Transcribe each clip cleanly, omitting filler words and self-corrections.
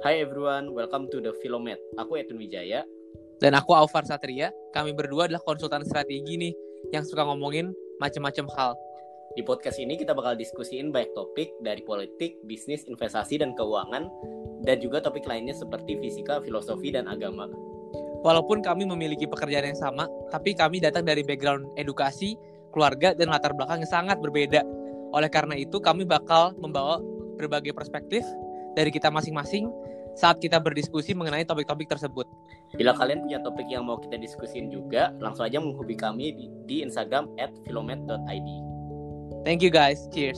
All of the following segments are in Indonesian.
Hi everyone, welcome to the Philomet. Aku Edwin Wijaya. Dan aku Aufar Satria. Kami berdua adalah konsultan strategi nih yang suka ngomongin macam-macam hal. Di podcast ini kita bakal diskusiin banyak topik dari politik, bisnis, investasi, dan keuangan, dan juga topik lainnya seperti fisika, filosofi, dan agama. Walaupun kami memiliki pekerjaan yang sama, tapi kami datang dari background edukasi, keluarga, dan latar belakang yang sangat berbeda. Oleh karena itu, kami bakal membawa berbagai perspektif dari kita masing-masing saat kita berdiskusi mengenai topik-topik tersebut. Bila kalian punya topik yang mau kita diskusin juga, langsung aja menghubungi kami di Instagram @philomet.id. Thank you guys, cheers.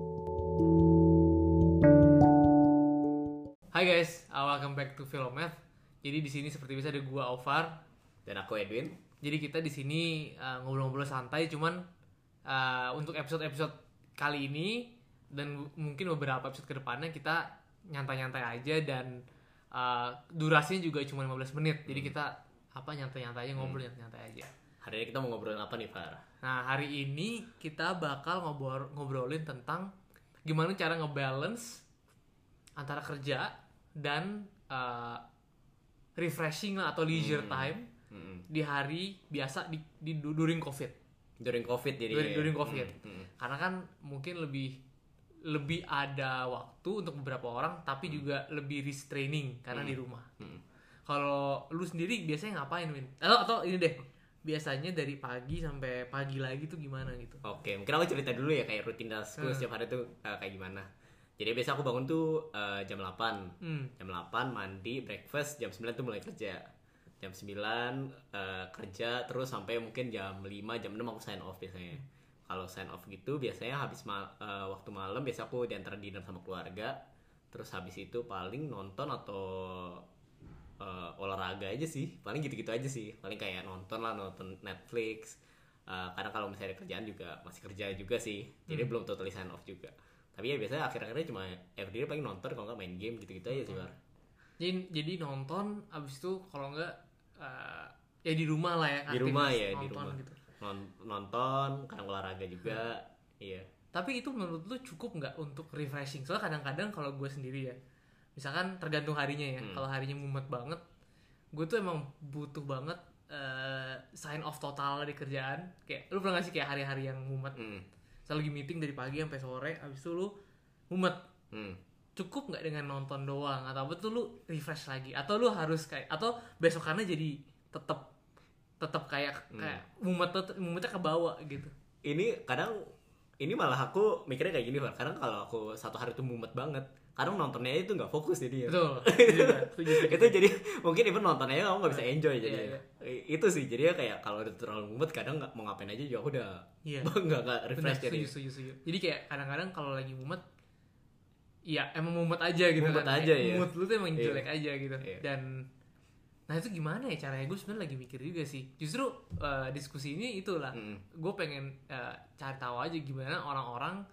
Hi guys, welcome back to Philomet. Jadi di sini seperti biasa ada gua Aufar dan aku Edwin. Jadi kita di sini ngobrol-ngobrol santai, cuman untuk episode-episode kali ini dan mungkin beberapa episode kedepannya kita nyantai-nyantai aja dan durasinya juga cuma 15 menit. Jadi kita nyantai-nyantai aja, ngobrol nyantai aja. Hari ini kita mau ngobrolin apa nih, Far? Nah, hari ini kita bakal ngobrolin tentang gimana cara ngebalance antara kerja dan refreshing atau leisure time di hari biasa di during COVID. During COVID jadi. During COVID. Karena kan mungkin lebih ada waktu untuk beberapa orang, tapi juga lebih restraining karena di rumah. Kalau lu sendiri biasanya ngapain, Win? Atau ini deh, biasanya dari pagi sampai pagi lagi tuh gimana gitu? Oke, mungkin aku cerita dulu ya kayak rutinitasku setiap hari tuh kayak gimana. Jadi biasa aku bangun tuh jam 8. Jam 8 mandi, breakfast, jam 9 tuh mulai kerja. Jam 9 kerja terus sampai mungkin jam 5, jam 6 aku sign off biasanya. Kalau sign off gitu biasanya habis waktu malam biasa aku diantar dinner sama keluarga. Terus habis itu paling nonton atau olahraga aja sih, paling gitu-gitu aja sih, paling kayak nonton Netflix. Karena kalau misalnya ada kerjaan juga masih kerja juga sih, jadi belum totally sign off juga. Tapi ya biasanya akhir-akhirnya cuma everyday paling nonton, kalau nggak main game gitu-gitu aja sih, Bar. Jadi nonton, abis itu kalau nggak ya di rumah lah ya. Di rumah ya, di rumah. Gitu. Nonton, kadang olahraga juga, iya. Tapi itu menurut lu cukup nggak untuk refreshing? Soalnya kadang-kadang kalau gue sendiri ya, misalkan tergantung harinya ya. Kalau harinya mumet banget, gue tuh emang butuh banget sign off total di kerjaan. Kayak lu pernah nggak sih kayak hari-hari yang mumet? Selalu lagi meeting dari pagi sampai sore, abis itu lu mumet. Cukup nggak dengan nonton doang? Atau betul lu refresh lagi? Atau lu harus kayak, atau besokannya jadi tetap kayak mumetnya ke bawah gitu? Ini malah aku mikirnya kayak gini, Pak. Kadang kalau aku satu hari itu mumet banget, kadang nontonnya itu nggak fokus jadi ya. Betul. Itu jadi mungkin even nontonnya kamu nggak bisa enjoy jadi. Itu sih jadinya kayak kalau udah terlalu mumet kadang nggak mau ngapain aja juga aku udah nggak refresh. Bener, jadi. Setuju. Jadi kayak kadang-kadang kalau lagi mumet, ya emang mumet aja gitu. Mumet kan. Aja ya. Mood lu tuh emang jelek aja gitu. Dan nah itu gimana ya caranya? Gue sebenarnya lagi mikir juga sih. Justru diskusi ini itulah. Gue pengen cari tahu aja gimana orang-orang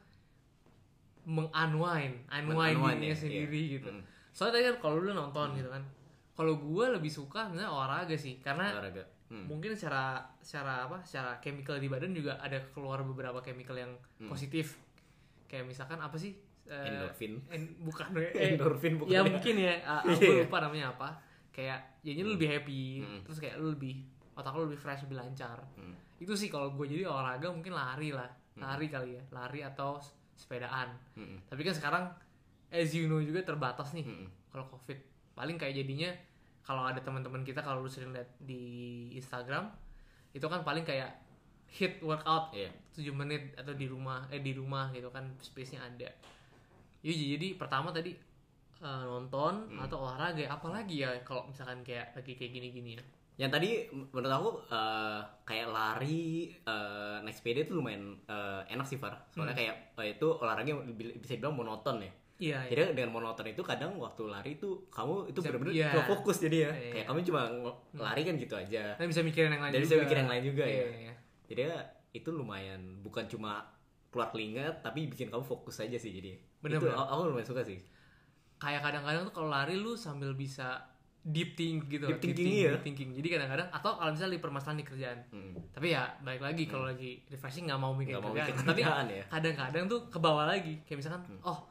unwind dirinya sendiri gitu. Soalnya tadi kan kalau lu nonton gitu kan. Kalau gue lebih suka sebenarnya olahraga sih, karena mungkin secara chemical di badan juga ada keluar beberapa chemical yang positif. Kayak misalkan apa sih? Endorfin. Endorfin bukan. Ya mungkin ya. Aku lupa namanya apa. Kayak jadinya lu lebih happy, terus kayak lu otak lu lebih fresh, lebih lancar. Itu sih kalau gue. Jadi olahraga mungkin lari kali ya, lari atau sepedaan. Tapi kan sekarang as you know juga terbatas nih kalau COVID. Paling kayak jadinya kalau ada teman-teman kita, kalau lu sering lihat di Instagram itu kan paling kayak hit workout 7 menit atau di rumah gitu kan, space-nya ada. Jadi pertama tadi nonton atau olahraga, apalagi ya kalau misalkan kayak lagi kayak gini-gini ya. Yang tadi menurut aku kayak lari, naik sepeda itu lumayan enak sih, Far. Soalnya kayak itu olahraga bisa dibilang monoton ya. Iya. Jadi dengan monoton itu kadang waktu lari itu kamu itu benar-benar cuma fokus jadi ya. Kayak kamu cuma lari kan gitu aja. Dan bisa mikirin yang lain juga. Bisa mikirin yang lain juga ya. Jadi itu lumayan, bukan cuma keluar telinga tapi bikin kamu fokus aja sih jadi. Bener. Itu aku lumayan suka sih. Kayak kadang-kadang tuh kalau lari lu sambil bisa deep thinking. Jadi kadang-kadang, atau kalau misalnya di permasalahan di kerjaan. Tapi ya balik lagi kalau lagi refreshing nggak mau mikir kerjaan. Tapi kadang-kadang tuh ke bawah lagi. Kayak misalkan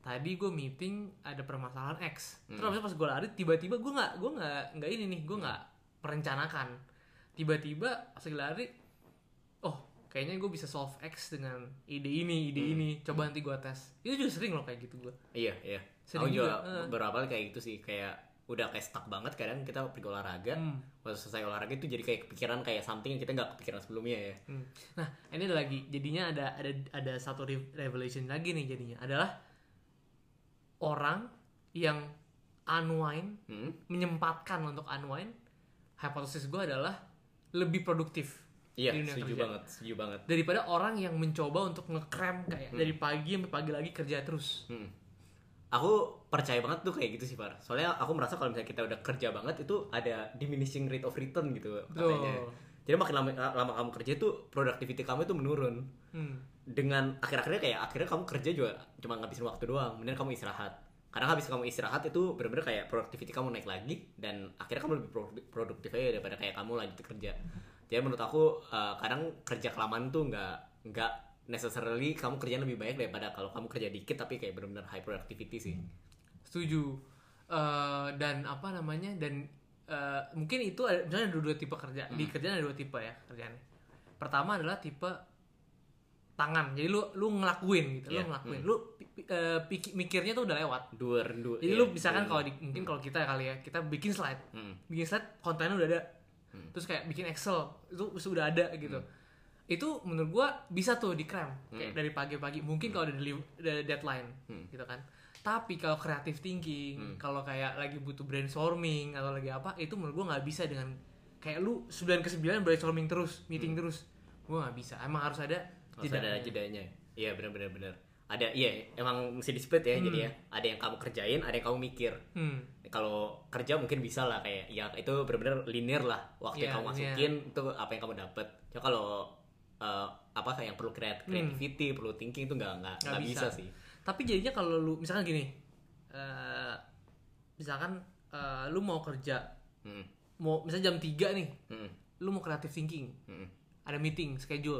tadi gue meeting ada permasalahan X. Terus pas gue lari tiba-tiba gue nggak ini nih, gue nggak merencanakan. Tiba-tiba pas lari, oh kayaknya gue bisa solve X dengan ide ini. Coba nanti gue tes. Itu juga sering loh kayak gitu gue. Iya. Sering aku juga beberapa kali kayak gitu sih, kayak udah kayak stuck banget. Kadang kita pergi olahraga, pas selesai olahraga itu jadi kayak kepikiran kayak something yang kita nggak kepikiran sebelumnya ya. Nah ini ada lagi, jadinya ada satu revelation lagi nih jadinya, adalah orang yang unwind, menyempatkan untuk unwind, hipotesis gue adalah lebih produktif. Iya, setuju banget. Daripada orang yang mencoba untuk nge-cram kayak dari pagi sampai pagi lagi kerja terus. Aku percaya banget tuh kayak gitu sih, Far. Soalnya aku merasa kalau misalnya kita udah kerja banget itu ada diminishing rate of return gitu katanya. Jadi makin lama kamu kerja tuh productivity kamu itu menurun. Dengan akhirnya kamu kerja juga cuma ngabisin waktu doang. Mending kamu istirahat. Karena habis kamu istirahat itu benar-benar kayak productivity kamu naik lagi dan akhirnya kamu lebih produktif aja daripada kayak kamu lanjut kerja. Jadi menurut aku kadang kerja kelamaan tuh nggak necessarily kamu kerjaan lebih banyak daripada kalau kamu kerja dikit tapi kayak benar-benar high productivity sih. Setuju. Dan apa namanya, dan mungkin itu misalnya ada dua tipe kerja. Di kerjaan ada dua tipe ya kerjaannya. Pertama adalah tipe tangan, jadi lu ngelakuin gitu, lu ngelakuin, lu mikirnya tuh udah lewat. Jadi lu misalkan kalau mungkin kalau kita kali ya, kita bikin slide, kontennya udah ada, terus kayak bikin Excel itu sudah ada gitu. Itu menurut gua bisa tuh di cram kayak dari pagi-pagi, mungkin kalau ada deadline gitu kan. Tapi kalau creative thinking, kalau kayak lagi butuh brainstorming atau lagi apa, itu menurut gua nggak bisa dengan kayak lu 9 ke 9 brainstorming terus, meeting terus. Gua nggak bisa. Emang harus ada jedanya. Iya, benar. Ada, emang mesti di split ya. Jadi ya, ada yang kamu kerjain, ada yang kamu mikir. Kalau kerja mungkin bisa lah kayak ya itu benar-benar linear lah. Waktu yang kamu masukin itu apa yang kamu dapat. Cuma kalau kayak yang perlu creativity, perlu thinking itu nggak bisa sih. Tapi jadinya kalau lu misalkan gini, misalkan lu mau kerja, mau misalnya jam 3 nih, lu mau creative thinking, ada meeting schedule.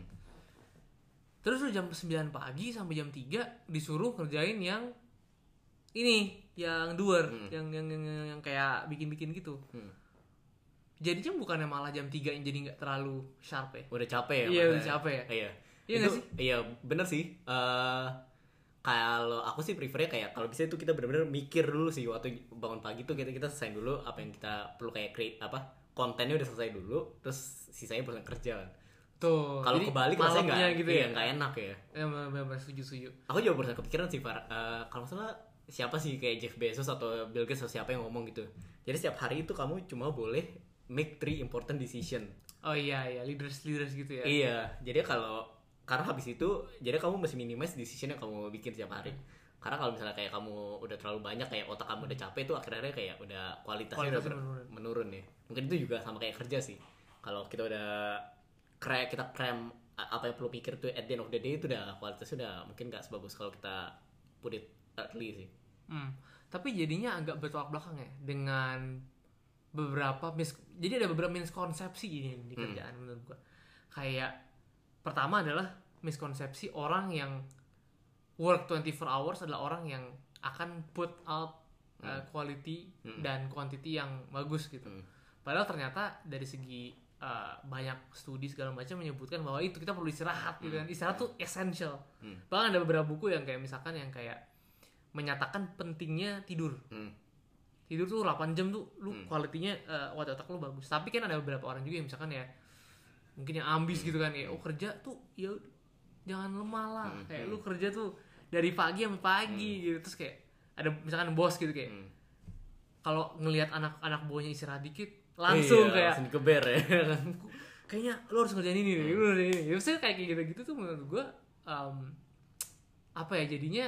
Terus lu jam 9 pagi sampai jam 3 disuruh kerjain yang ini, yang doer, yang kayak bikin-bikin gitu. Jadinya bukannya malah jam 3 yang jadi nggak terlalu sharp ya? Udah capek ya? Iya, udah capek ya? Iya nggak sih? Iya, bener sih. Kalau aku sih prefernya kayak kalau bisa itu kita benar-benar mikir dulu sih waktu bangun pagi tuh kita selesai dulu apa yang kita perlu kayak create kontennya udah selesai dulu, terus sisanya baru kerja kan. Tuh. Kalau kebalik rasanya nggak gitu nggak enak ya. Benar setuju. Aku juga barusan kepikiran sih, Far. Kalau masalah siapa sih kayak Jeff Bezos atau Bill Gates atau siapa yang ngomong gitu. Jadi setiap hari itu kamu cuma boleh make 3 important decision. Oh iya, leaders gitu ya. Iya, jadi karena habis itu jadi kamu mesti minimize decision yang kamu bikin setiap hari. Karena kalau misalnya kayak kamu udah terlalu banyak kayak otak kamu udah capek tuh akhirnya kayak udah kualitasnya udah menurun ya. Mungkin itu juga sama kayak kerja sih. Kalau kita udah kita cram apa yang perlu pikir tuh at the end of the day itu udah kualitasnya udah mungkin nggak sebagus kalau kita put it early sih. Tapi jadinya agak bertolak belakang ya dengan beberapa jadi ada beberapa miskonsepsi ini di kerjaan menurut gua. Kayak pertama adalah miskonsepsi orang yang work 24 hours adalah orang yang akan put out quality dan quantity yang bagus gitu. Padahal ternyata dari segi banyak studi segala macam menyebutkan bahwa itu kita perlu istirahat gitu kan. Istirahat tuh essential. Bahkan ada beberapa buku yang kayak misalkan yang kayak menyatakan pentingnya tidur. Tidur tuh 8 jam tuh lu kualitinya otak lu bagus. Tapi kan ada beberapa orang juga yang misalkan ya mungkin yang ambis gitu kan ya, kerja tuh ya jangan lemah lah. Kayak lu kerja tuh dari pagi sampai pagi gitu. Terus kayak ada misalkan bos gitu kayak kalau ngelihat anak buahnya istirahat dikit langsung kayak langsung keber ya. Kayaknya lo harus ngerjain ini nih, lo ini. Ya maksudnya kayak gitu-gitu tuh menurut gue apa ya, jadinya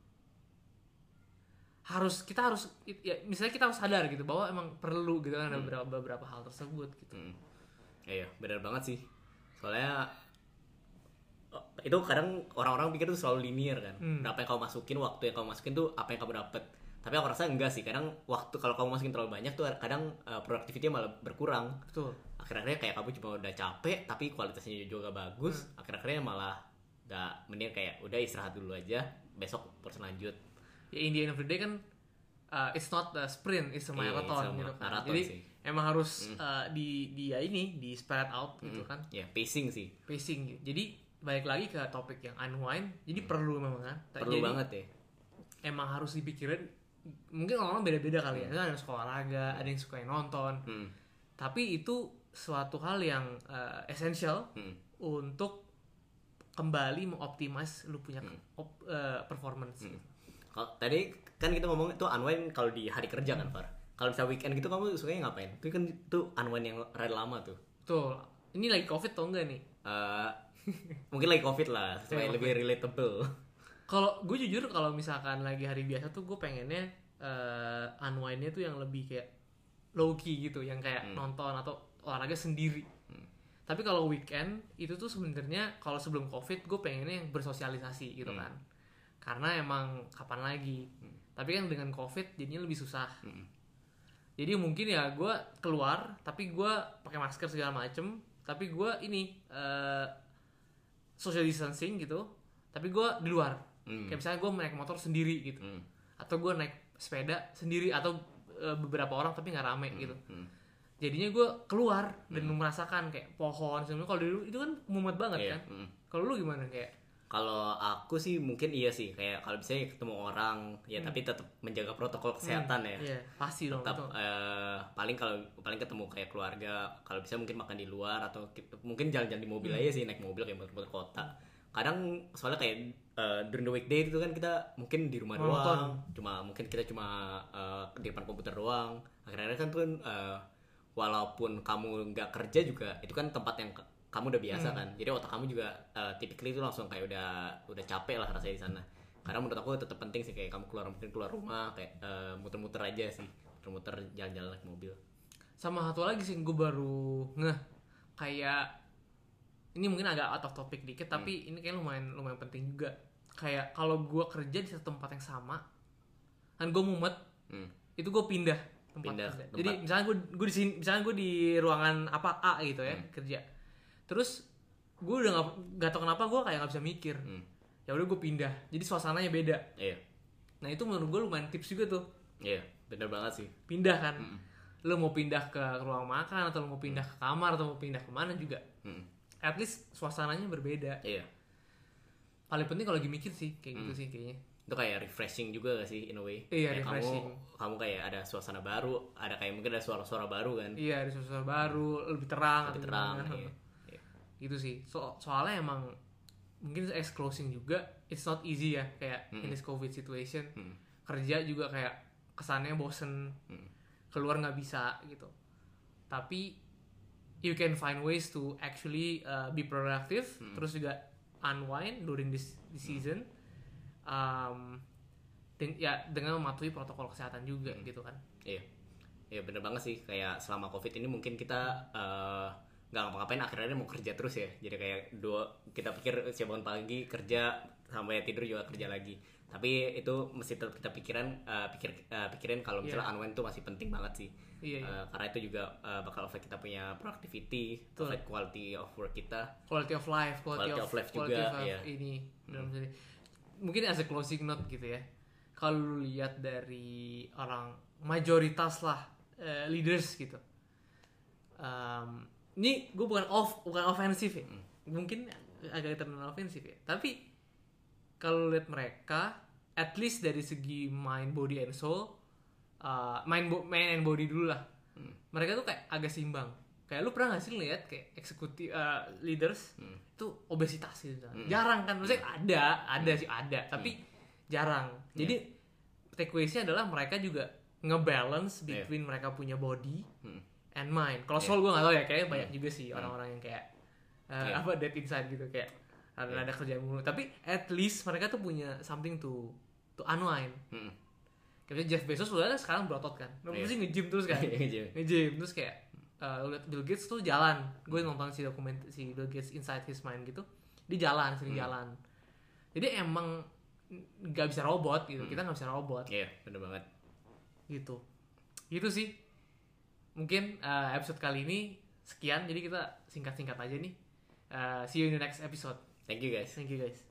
kita harus ya, misalnya kita harus sadar gitu bahwa emang perlu gitu kan ada beberapa hal tersebut gitu. Iya, benar banget sih. Soalnya itu kadang orang-orang pikir itu selalu linear kan. Apa yang kamu masukin, waktu yang kamu masukin tuh apa yang kamu dapet. Tapi aku rasa enggak sih. Kadang waktu kalau kamu masukin terlalu banyak tuh kadang productivity-nya malah berkurang. Betul. Akhir-akhirnya kayak kamu cuma udah capek tapi kualitasnya juga bagus. Akhir-akhirnya malah nggak, mending kayak udah istirahat dulu aja, besok terus lanjut. Ya in the end of the day kan it's not a sprint, it's a marathon gitu kan. Jadi sih. Emang harus di spread out gitu kan. Ya, pacing sih. Pacing gitu. Jadi balik lagi ke topik yang unwind, jadi perlu memang kan. Perlu jadi, banget ya. Emang harus dipikirin. Mungkin orang beda-beda kali ya. Ada yang suka olahraga, ada yang suka yang nonton. Tapi itu suatu hal yang essential untuk kembali mengoptimize lu punya performance. Kalau tadi kan kita ngomong itu unwind kalau di hari kerja kan, Far. Kalau misalnya weekend gitu kamu sukanya ngapain? Itu kan itu unwind yang rada lama tuh. Tuh, ini lagi COVID atau enggak nih? Mungkin lagi COVID lah, supaya lebih relatable. Kalau gue jujur kalau misalkan lagi hari biasa tuh gue pengennya unwindnya tuh yang lebih kayak low key gitu, yang kayak nonton atau olahraga sendiri. Tapi kalau weekend itu tuh sebenarnya kalau sebelum COVID gue pengennya yang bersosialisasi gitu kan. Karena emang kapan lagi. Tapi kan dengan COVID jadinya lebih susah. Jadi mungkin ya gue keluar tapi gue pakai masker segala macem. Tapi gue ini social distancing gitu. Tapi gue di luar. Kayak misalnya gue naik motor sendiri gitu. Atau gue naik sepeda sendiri atau beberapa orang tapi nggak rame gitu. Jadinya gue keluar dan merasakan kayak pohon sebenarnya. Kalau dulu itu kan mumet banget kan. Kalau lu gimana kayak? Kalau aku sih mungkin iya sih, kayak kalau misalnya ketemu orang ya tapi tetap menjaga protokol kesehatan ya. Iya, pasti dong. Tetap paling ketemu kayak keluarga, kalau bisa mungkin makan di luar atau mungkin jalan-jalan di mobil aja sih, naik mobil kayak muter-muter kota. Kadang soalnya kayak during the weekday itu kan kita mungkin di rumah doang, mungkin kita cuma di depan komputer doang. Akhirnya kan tuh walaupun kamu nggak kerja juga itu kan tempat yang kamu udah biasa kan, jadi otak kamu juga typically itu langsung kayak udah capek lah rasanya di sana. Karena menurut aku tetap penting sih kayak kamu keluar rumah kayak muter-muter aja sih, muter-muter jalan-jalan naik mobil. Sama satu lagi sih gue baru kayak ini mungkin agak out of topic dikit tapi ini kayak lumayan penting juga. Kayak kalau gue kerja di satu tempat yang sama, kan gue mumet, itu gue pindah tempat. Jadi misalnya gue di sini, misalnya gue di ruangan A gitu ya kerja. Terus gue udah nggak tau kenapa gue kayak nggak bisa mikir. Ya udah gue pindah, jadi suasananya beda. Nah itu menurut gue lumayan tips juga tuh. Bener banget sih. Pindah kan, lo mau pindah ke ruang makan atau lo mau pindah ke kamar atau mau pindah kemana juga. At least suasananya berbeda. Paling penting kalau lagi mikir sih kayak gitu sih kayaknya. Itu kayak refreshing juga gak sih in a way? Iya, refreshing. Kamu kayak ada suasana baru, ada kayak mungkin ada suara-suara baru kan? Iya, ada suara baru, lebih terang. Iya. Gitu sih. Soalnya emang mungkin as closing juga it's not easy ya kayak in this COVID situation. Kerja juga kayak kesannya bosen, keluar nggak bisa gitu. Tapi you can find ways to actually be productive, terus juga unwind during this season. Dengan mematuhi protokol kesehatan juga gitu kan. Iya bener banget sih, kayak selama COVID ini mungkin kita nggak ngapa-ngapain, akhirnya mau kerja terus ya. Jadi kayak kita pikir siap bangun pagi kerja sampai tidur juga kerja lagi. Tapi itu mesti tetap kita pikirin kalau misalnya unwind tuh masih penting banget sih. Karena itu juga bakal affect kita punya productivity, affect quality of work kita, quality of life juga. Ini mungkin as a closing note gitu ya. Kalau lu lihat dari orang mayoritas lah leaders gitu. Ini gue bukan ofensif ya. Mungkin agak terkenal ofensif ya. Tapi kalau lihat mereka, at least dari segi mind, body and soul, mind and body dulu lah. Mereka tuh kayak agak seimbang. Kayak lu pernah gak sih ngeliat kayak eksekutif leaders itu obesitas gitu. Jarang kan, maksudnya ada, tapi jarang. Jadi takeaways-nya adalah mereka juga ngebalance between mereka punya body and mind. Kalau soul gue gak tau ya, kayaknya banyak juga sih orang-orang yang kayak dead inside gitu, kayak ada kerjaan mulu. Tapi at least mereka tuh punya something to unwind. Kayak Jeff Bezos udah sekarang berotot kan, mesti nge-gym terus kan, nge-gym terus kayak lihat Bill Gates tuh jalan. Gue nonton si Bill Gates Inside His Mind gitu, dia sering jalan. Jadi emang nggak bisa robot gitu, kita nggak bisa robot. Bener banget. Gitu sih. Mungkin episode kali ini sekian, jadi kita singkat-singkat aja nih. See you in the next episode. Thank you guys. Thank you guys.